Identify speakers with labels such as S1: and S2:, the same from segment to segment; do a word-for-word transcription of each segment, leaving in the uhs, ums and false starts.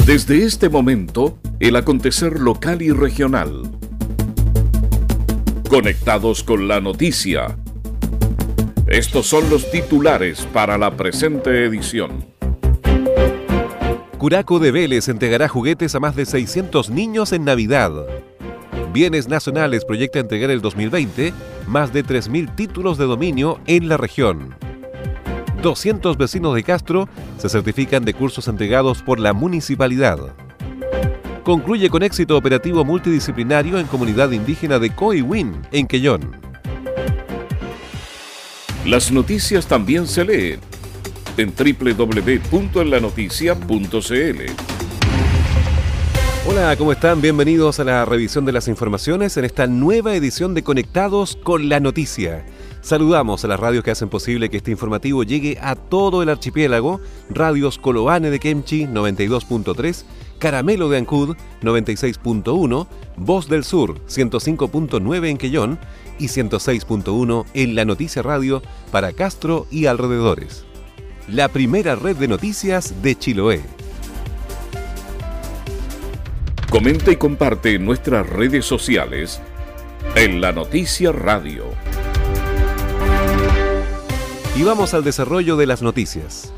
S1: Desde este momento, el acontecer local y regional. Conectados con la noticia. Estos son los titulares para la presente edición.
S2: Curaco de Vélez entregará juguetes a más de seiscientos niños en Navidad. Bienes Nacionales proyecta entregar el dos mil veinte más de tres mil títulos de dominio en la región. doscientos vecinos de Castro se certifican de cursos entregados por la municipalidad. Concluye con éxito operativo multidisciplinario en comunidad indígena de Coihuín, en Quellón.
S1: Las noticias también se leen en doble u doble u doble u punto en la noticia punto c l.
S2: Hola, ¿cómo están? Bienvenidos a la revisión de las informaciones en esta nueva edición de Conectados con la Noticia. Saludamos a las radios que hacen posible que este informativo llegue a todo el archipiélago: Radios Colobane de Kemchi noventa y dos punto tres, Caramelo de Ancud noventa y seis punto uno, Voz del Sur ciento cinco punto nueve en Quellón y ciento seis punto uno en La Noticia Radio para Castro y alrededores. La primera red de noticias de Chiloé.
S1: Comenta y comparte en nuestras redes sociales en La Noticia Radio.
S2: Y vamos al desarrollo de las noticias.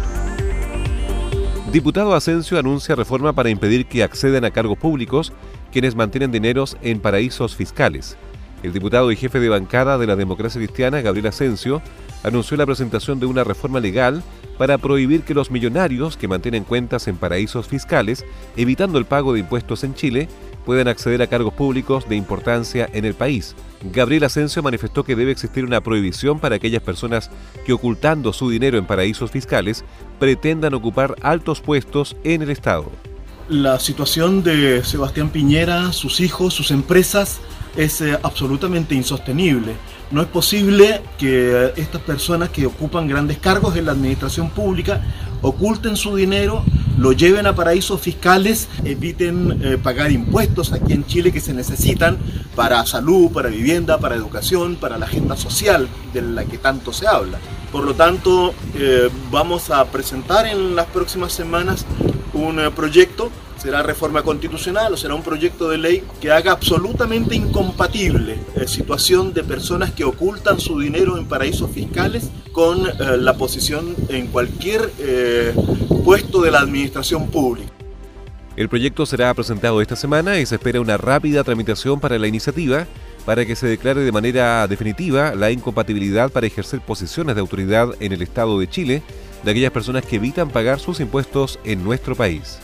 S2: Diputado Asensio anuncia reforma para impedir que accedan a cargos públicos quienes mantienen dineros en paraísos fiscales. El diputado y jefe de bancada de la Democracia Cristiana, Gabriel Asensio, anunció la presentación de una reforma legal para prohibir que los millonarios que mantienen cuentas en paraísos fiscales, evitando el pago de impuestos en Chile, puedan acceder a cargos públicos de importancia en el país. Gabriel Asensio manifestó que debe existir una prohibición para aquellas personas que, ocultando su dinero en paraísos fiscales, pretendan ocupar altos puestos en el Estado.
S3: La situación de Sebastián Piñera, sus hijos, sus empresas, es eh, absolutamente insostenible. No es posible que estas personas que ocupan grandes cargos en la administración pública oculten su dinero, lo lleven a paraísos fiscales, eviten eh, pagar impuestos aquí en Chile que se necesitan para salud, para vivienda, para educación, para la agenda social de la que tanto se habla. Por lo tanto, eh, vamos a presentar en las próximas semanas un eh, proyecto. Será reforma constitucional o será un proyecto de ley que haga absolutamente incompatible la situación de personas que ocultan su dinero en paraísos fiscales con eh, la posición en cualquier eh, puesto de la administración pública.
S2: El proyecto será presentado esta semana y se espera una rápida tramitación para la iniciativa para que se declare de manera definitiva la incompatibilidad para ejercer posiciones de autoridad en el Estado de Chile de aquellas personas que evitan pagar sus impuestos en nuestro país.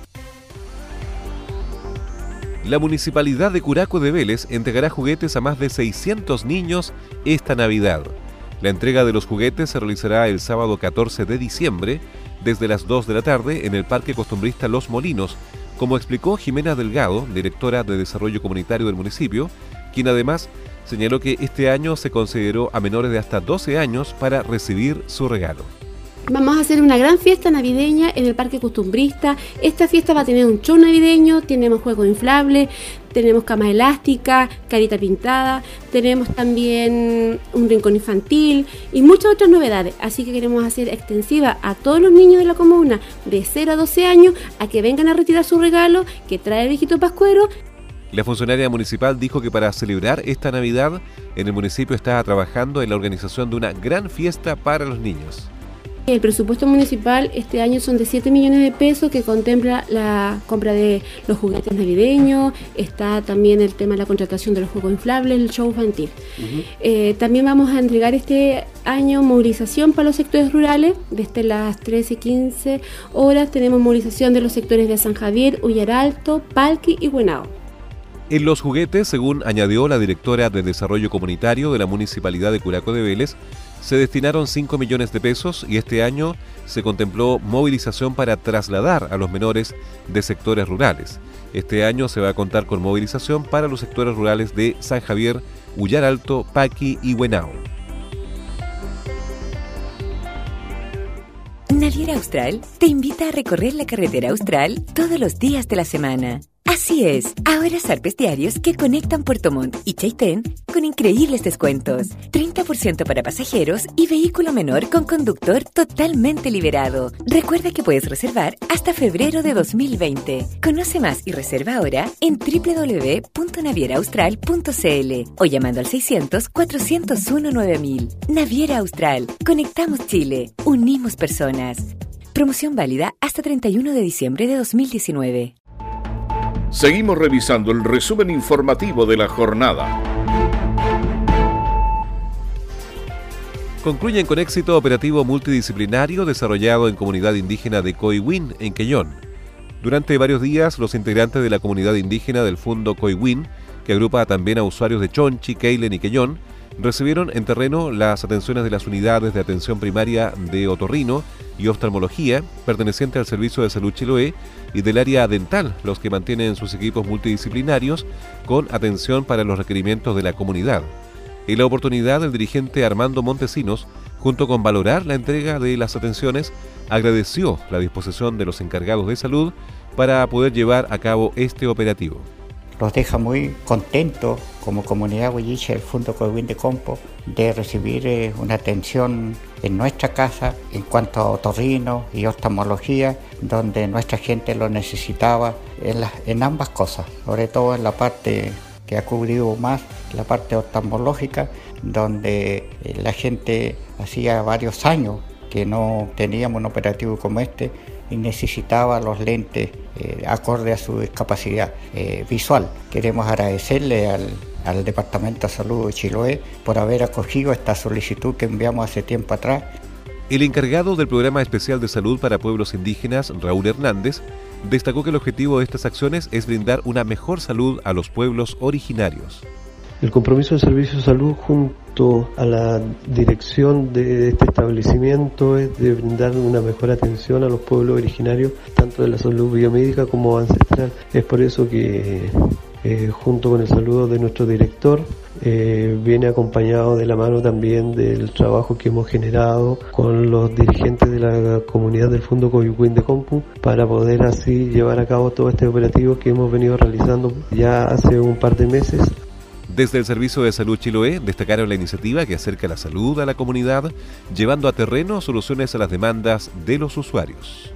S2: La Municipalidad de Curaco de Vélez entregará juguetes a más de seiscientos niños esta Navidad. La entrega de los juguetes se realizará el sábado catorce de diciembre desde las dos de la tarde en el Parque Costumbrista Los Molinos, como explicó Jimena Delgado, directora de Desarrollo Comunitario del municipio, quien además señaló que este año se consideró a menores de hasta doce años para recibir su regalo.
S4: Vamos a hacer una gran fiesta navideña en el Parque Costumbrista. Esta fiesta va a tener un show navideño, tenemos juegos inflables, tenemos cama elástica, carita pintada, tenemos también un rincón infantil y muchas otras novedades. Así que queremos hacer extensiva a todos los niños de la comuna de cero a doce años a que vengan a retirar su regalo que trae el viejito pascuero.
S2: La funcionaria municipal dijo que para celebrar esta Navidad, en el municipio está trabajando en la organización de una gran fiesta para los niños.
S4: El presupuesto municipal este año son de siete millones de pesos, que contempla la compra de los juguetes navideños, está también el tema de la contratación de los juegos inflables, el show infantil. Uh-huh. Eh, también vamos a entregar este año movilización para los sectores rurales. Desde las trece y quince horas tenemos movilización de los sectores de San Javier, Ullaralto, Palqui y Huenao.
S2: En los juguetes, según añadió la directora de Desarrollo Comunitario de la Municipalidad de Curaco de Vélez, se destinaron cinco millones de pesos y este año se contempló movilización para trasladar a los menores de sectores rurales. Este año se va a contar con movilización para los sectores rurales de San Javier, Ullaralto, Paqui y Huenao.
S5: Naviera Austral te invita a recorrer la carretera Austral todos los días de la semana. Así es, ahora zarpes diarios que conectan Puerto Montt y Chaitén con increíbles descuentos. treinta por ciento para pasajeros y vehículo menor con conductor totalmente liberado. Recuerda que puedes reservar hasta febrero de dos mil veinte. Conoce más y reserva ahora en doble u doble u doble u punto naviera austral punto c l o llamando al seiscientos, cuatrocientos uno, nueve mil. Naviera Austral. Conectamos Chile. Unimos personas. Promoción válida hasta treinta y uno de diciembre de dos mil diecinueve.
S1: Seguimos revisando el resumen informativo de la jornada.
S2: Concluyen con éxito operativo multidisciplinario desarrollado en comunidad indígena de Coihuín, en Quellón. Durante varios días, los integrantes de la comunidad indígena del Fundo Coihuín, que agrupa también a usuarios de Chonchi, Keilen y Quellón, recibieron en terreno las atenciones de las unidades de atención primaria de otorrino y oftalmología, perteneciente al Servicio de Salud Chiloé, y del área dental, los que mantienen sus equipos multidisciplinarios con atención para los requerimientos de la comunidad. En la oportunidad, el dirigente Armando Montesinos, junto con valorar la entrega de las atenciones, agradeció la disposición de los encargados de salud para poder llevar a cabo este operativo.
S6: Los deja muy contentos como comunidad huilliche del Fundo Coihuín de Compo de recibir eh, una atención en nuestra casa en cuanto a otorrino y oftalmología, donde nuestra gente lo necesitaba en, la, en ambas cosas, sobre todo en la parte que ha cubrido más, la parte oftalmológica, donde eh, la gente hacía varios años que no teníamos un operativo como este y necesitaba los lentes eh, acorde a su discapacidad eh, visual. Queremos agradecerle al, al Departamento de Salud de Chiloé por haber acogido esta solicitud que enviamos hace tiempo atrás.
S2: El encargado del Programa Especial de Salud para Pueblos Indígenas, Raúl Hernández, destacó que el objetivo de estas acciones es brindar una mejor salud a los pueblos originarios.
S7: El compromiso del Servicio de Salud junto a la dirección de este establecimiento es de brindar una mejor atención a los pueblos originarios, tanto de la salud biomédica como ancestral. Es por eso que eh, junto con el saludo de nuestro director eh, viene acompañado de la mano también del trabajo que hemos generado con los dirigentes de la comunidad del Fundo Coihuín de Compu para poder así llevar a cabo todo este operativo que hemos venido realizando ya hace un par de meses.
S2: Desde el Servicio de Salud Chiloé destacaron la iniciativa que acerca la salud a la comunidad, llevando a terreno soluciones a las demandas de los usuarios.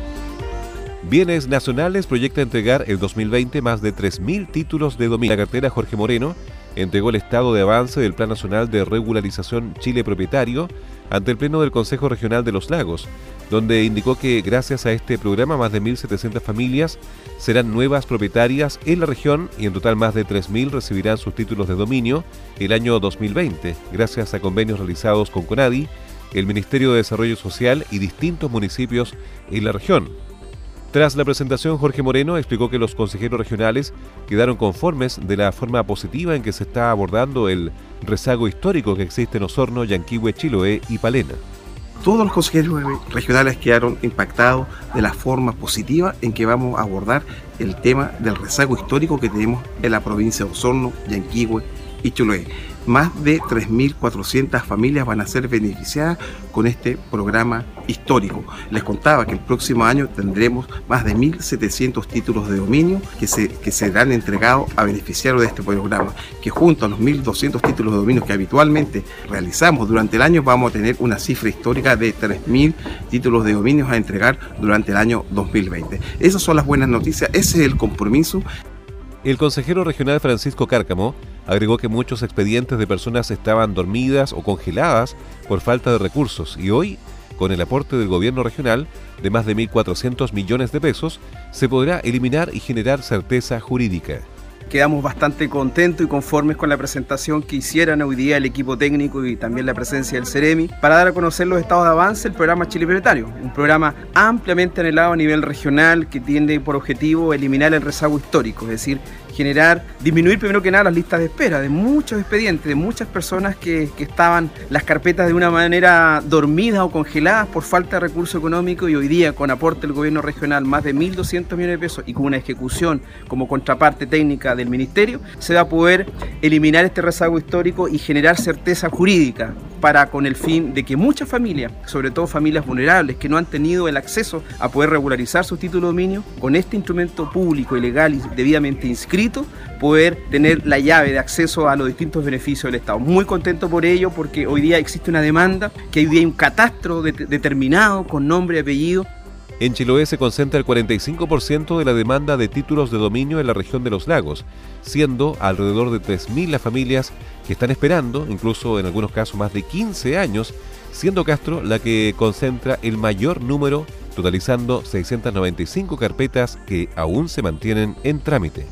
S2: Bienes Nacionales proyecta entregar el dos mil veinte más de tres mil títulos de dominio. La cartera Jorge Moreno entregó el estado de avance del Plan Nacional de Regularización Chile Propietario ante el Pleno del Consejo Regional de los Lagos, donde indicó que gracias a este programa más de mil setecientas familias serán nuevas propietarias en la región y en total más de tres mil recibirán sus títulos de dominio el año dos mil veinte, gracias a convenios realizados con CONADI, el Ministerio de Desarrollo Social y distintos municipios en la región. Tras la presentación, Jorge Moreno explicó que los consejeros regionales quedaron conformes de la forma positiva en que se está abordando el rezago histórico que existe en Osorno, Yanquihue, Chiloé y Palena.
S8: Todos los consejeros regionales quedaron impactados de la forma positiva en que vamos a abordar el tema del rezago histórico que tenemos en la provincia de Osorno, Yanquihue y Chiloé. Más de tres mil cuatrocientas familias van a ser beneficiadas con este programa histórico. Les contaba que el próximo año tendremos más de mil setecientos títulos de dominio que, se, que serán entregados a beneficiarios de este programa, que junto a los mil doscientos títulos de dominio que habitualmente realizamos durante el año, vamos a tener una cifra histórica de tres mil títulos de dominio a entregar durante el año dos mil veinte. Esas son las buenas noticias, ese es el compromiso.
S2: El consejero regional Francisco Cárcamo agregó que muchos expedientes de personas estaban dormidas o congeladas por falta de recursos y hoy, con el aporte del gobierno regional de más de mil cuatrocientos millones de pesos, se podrá eliminar y generar certeza jurídica.
S9: Quedamos bastante contentos y conformes con la presentación que hicieron hoy día el equipo técnico y también la presencia del CEREMI para dar a conocer los estados de avance del programa Chile Propietario, un programa ampliamente anhelado a nivel regional que tiene por objetivo eliminar el rezago histórico, es decir, generar, disminuir primero que nada las listas de espera de muchos expedientes, de muchas personas que, que estaban las carpetas de una manera dormidas o congeladas por falta de recursos económicos y hoy día con aporte del gobierno regional más de mil doscientos millones de pesos y con una ejecución como contraparte técnica de del Ministerio, se va a poder eliminar este rezago histórico y generar certeza jurídica para con el fin de que muchas familias, sobre todo familias vulnerables que no han tenido el acceso a poder regularizar su título de dominio, con este instrumento público y legal y debidamente inscrito, poder tener la llave de acceso a los distintos beneficios del Estado. Muy contento por ello, porque hoy día existe una demanda, que hoy día hay un catastro de- determinado con nombre y apellido.
S2: En Chiloé se concentra el cuarenta y cinco por ciento de la demanda de títulos de dominio en la región de los lagos, siendo alrededor de tres mil las familias que están esperando, incluso en algunos casos más de quince años, siendo Castro la que concentra el mayor número, totalizando seiscientas noventa y cinco carpetas que aún se mantienen en trámite.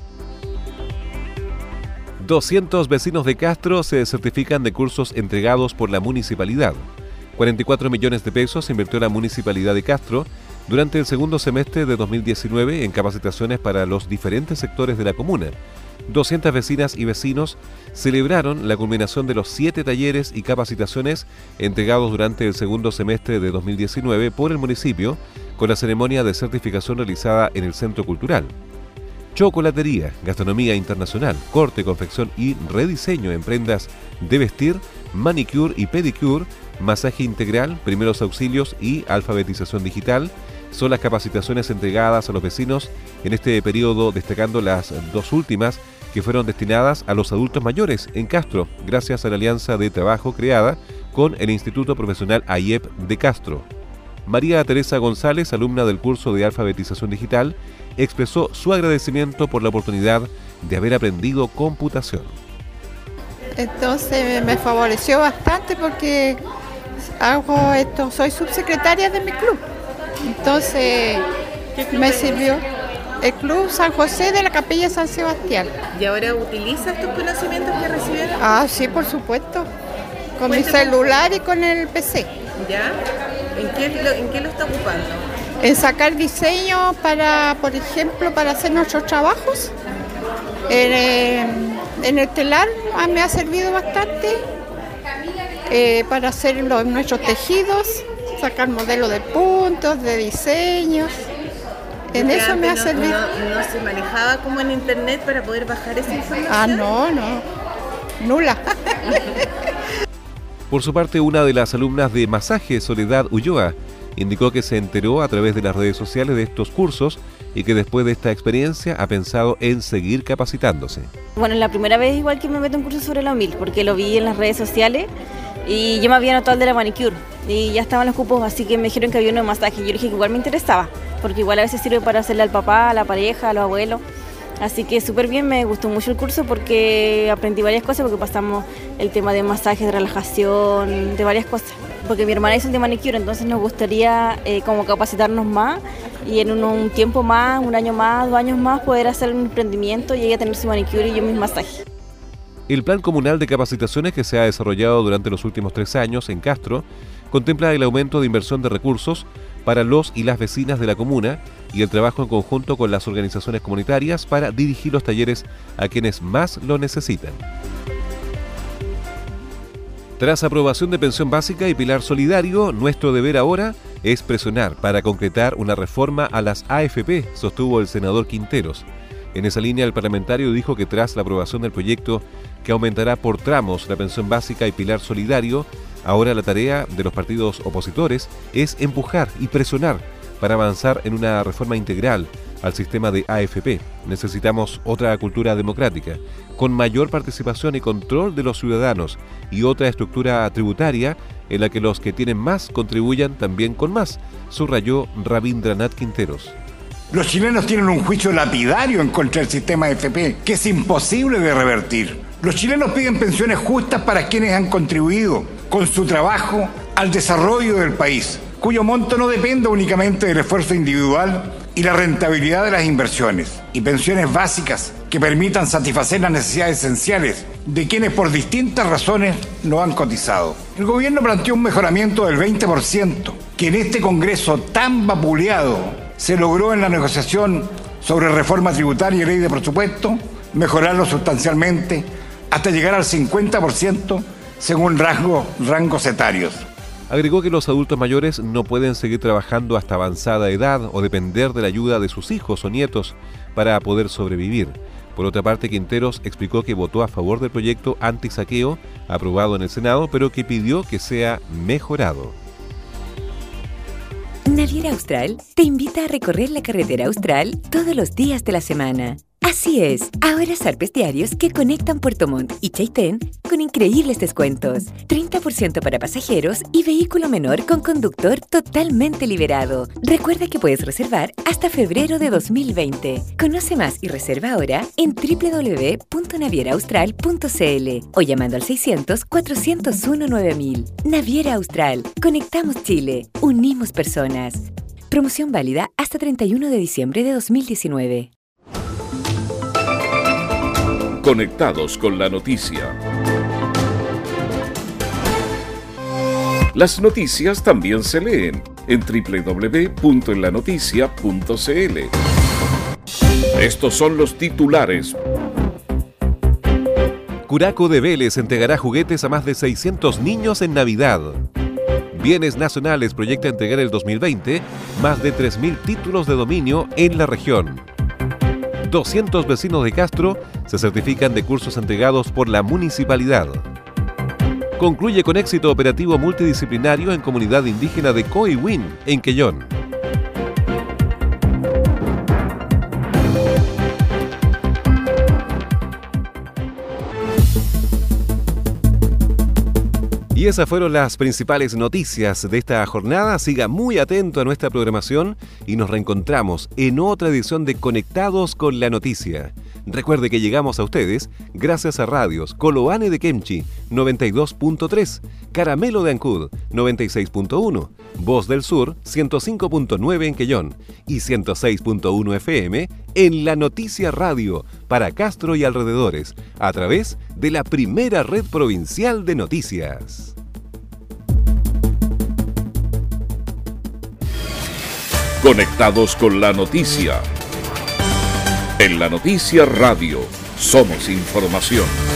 S2: doscientos vecinos de Castro se certifican de cursos entregados por la municipalidad. cuarenta y cuatro millones de pesos invirtió la municipalidad de Castro durante el segundo semestre de dos mil diecinueve en capacitaciones para los diferentes sectores de la comuna. doscientas vecinas y vecinos celebraron la culminación de los siete talleres y capacitaciones entregados durante el segundo semestre de dos mil diecinueve por el municipio, con la ceremonia de certificación realizada en el Centro Cultural. Chocolatería, gastronomía internacional, corte, confección y rediseño en prendas de vestir, manicure y pedicure, masaje integral, primeros auxilios y alfabetización digital son las capacitaciones entregadas a los vecinos en este periodo, destacando las dos últimas que fueron destinadas a los adultos mayores en Castro, gracias a la alianza de trabajo creada con el Instituto Profesional A I E P de Castro. María Teresa González, alumna del curso de alfabetización digital, expresó su agradecimiento por la oportunidad de haber aprendido computación.
S10: Entonces me favoreció bastante porque hago esto, soy subsecretaria de mi club. Entonces me sirvió el Club San José de la Capilla San Sebastián.
S11: ¿Y ahora utilizas tus conocimientos que recibieron?
S10: Ah, sí, por supuesto. Con mi celular y con el P C.
S11: ¿Ya? ¿En qué lo, en qué lo está ocupando?
S10: En sacar diseños para, por ejemplo, para hacer nuestros trabajos. En, en el telar ah, me ha servido bastante eh, para hacer los, nuestros tejidos, sacar modelos de puntos, de diseños. En
S11: Porque
S10: eso me ha
S11: no,
S10: servido.
S11: No, no se manejaba como en internet para poder bajar esa información.
S10: Ah, no, no. Nula.
S2: Por su parte, una de las alumnas de masaje, Soledad Ulloa, indicó que se enteró a través de las redes sociales de estos cursos y que después de esta experiencia ha pensado en seguir capacitándose.
S12: Bueno, es la primera vez igual que me meto en un curso sobre la O M I L, porque lo vi en las redes sociales y yo me había anotado el de la manicure y ya estaban los cupos, así que me dijeron que había uno de masaje. Yo dije que igual me interesaba, porque igual a veces sirve para hacerle al papá, a la pareja, a los abuelos. Así que súper bien, me gustó mucho el curso porque aprendí varias cosas, porque pasamos el tema de masajes, de relajación, de varias cosas. Porque mi hermana hizo el de manicure, entonces nos gustaría eh, como capacitarnos más y en un, un tiempo más, un año más, dos años más, poder hacer un emprendimiento y ella tener su manicure y yo mis masajes.
S2: El plan comunal de capacitaciones que se ha desarrollado durante los últimos tres años en Castro contempla el aumento de inversión de recursos para los y las vecinas de la comuna y el trabajo en conjunto con las organizaciones comunitarias para dirigir los talleres a quienes más lo necesitan. Tras aprobación de pensión básica y pilar solidario, nuestro deber ahora es presionar para concretar una reforma a las A F P, sostuvo el senador Quinteros. En esa línea, el parlamentario dijo que tras la aprobación del proyecto que aumentará por tramos la pensión básica y pilar solidario, ahora la tarea de los partidos opositores es empujar y presionar para avanzar en una reforma integral al sistema de A F P. Necesitamos otra cultura democrática, con mayor participación y control de los ciudadanos y otra estructura tributaria en la que los que tienen más contribuyan también con más, subrayó Rabindranath Quinteros.
S13: Los chilenos tienen un juicio lapidario en contra del sistema A F P, que es imposible de revertir. Los chilenos piden pensiones justas para quienes han contribuido con su trabajo al desarrollo del país, cuyo monto no dependa únicamente del esfuerzo individual y la rentabilidad de las inversiones, y pensiones básicas que permitan satisfacer las necesidades esenciales de quienes por distintas razones no han cotizado. El gobierno planteó un mejoramiento del veinte por ciento, que en este Congreso tan vapuleado se logró en la negociación sobre reforma tributaria y ley de presupuesto, mejorarlo sustancialmente hasta llegar al cincuenta por ciento según rango, rangos etarios.
S2: Agregó que los adultos mayores no pueden seguir trabajando hasta avanzada edad o depender de la ayuda de sus hijos o nietos para poder sobrevivir. Por otra parte, Quinteros explicó que votó a favor del proyecto antisaqueo aprobado en el Senado, pero que pidió que sea mejorado.
S5: Naviera Austral te invita a recorrer la carretera Austral todos los días de la semana. Así es, ahora zarpes diarios que conectan Puerto Montt y Chaitén con increíbles descuentos. treinta por ciento para pasajeros y vehículo menor con conductor totalmente liberado. Recuerda que puedes reservar hasta febrero de dos mil veinte. Conoce más y reserva ahora en doble u doble u doble u punto naviera austral punto c l o llamando al seiscientos, cuatrocientos uno, nueve mil. Naviera Austral. Conectamos Chile. Unimos personas. Promoción válida hasta treinta y uno de diciembre de dos mil diecinueve.
S1: Conectados con la noticia. Las noticias también se leen en doble u doble u doble u punto en la noticia punto c l. Estos son los titulares.
S2: Curaco de Vélez entregará juguetes a más de seiscientos niños en Navidad. Bienes Nacionales proyecta entregar el dos mil veinte más de tres mil títulos de dominio en la región. doscientos vecinos de Castro se certifican de cursos entregados por la municipalidad. Concluye con éxito operativo multidisciplinario en comunidad indígena de Coihuín, en Quellón. Y esas fueron las principales noticias de esta jornada. Siga muy atento a nuestra programación y nos reencontramos en otra edición de Conectados con la Noticia. Recuerde que llegamos a ustedes gracias a radios Coloane de Kemchi noventa y dos punto tres, Caramelo de Ancud noventa y seis punto uno, Voz del Sur ciento cinco punto nueve en Quellón y ciento seis punto uno F M en La Noticia Radio para Castro y alrededores a través de la primera red provincial de noticias.
S1: Conectados con la noticia. En La Noticia Radio somos información.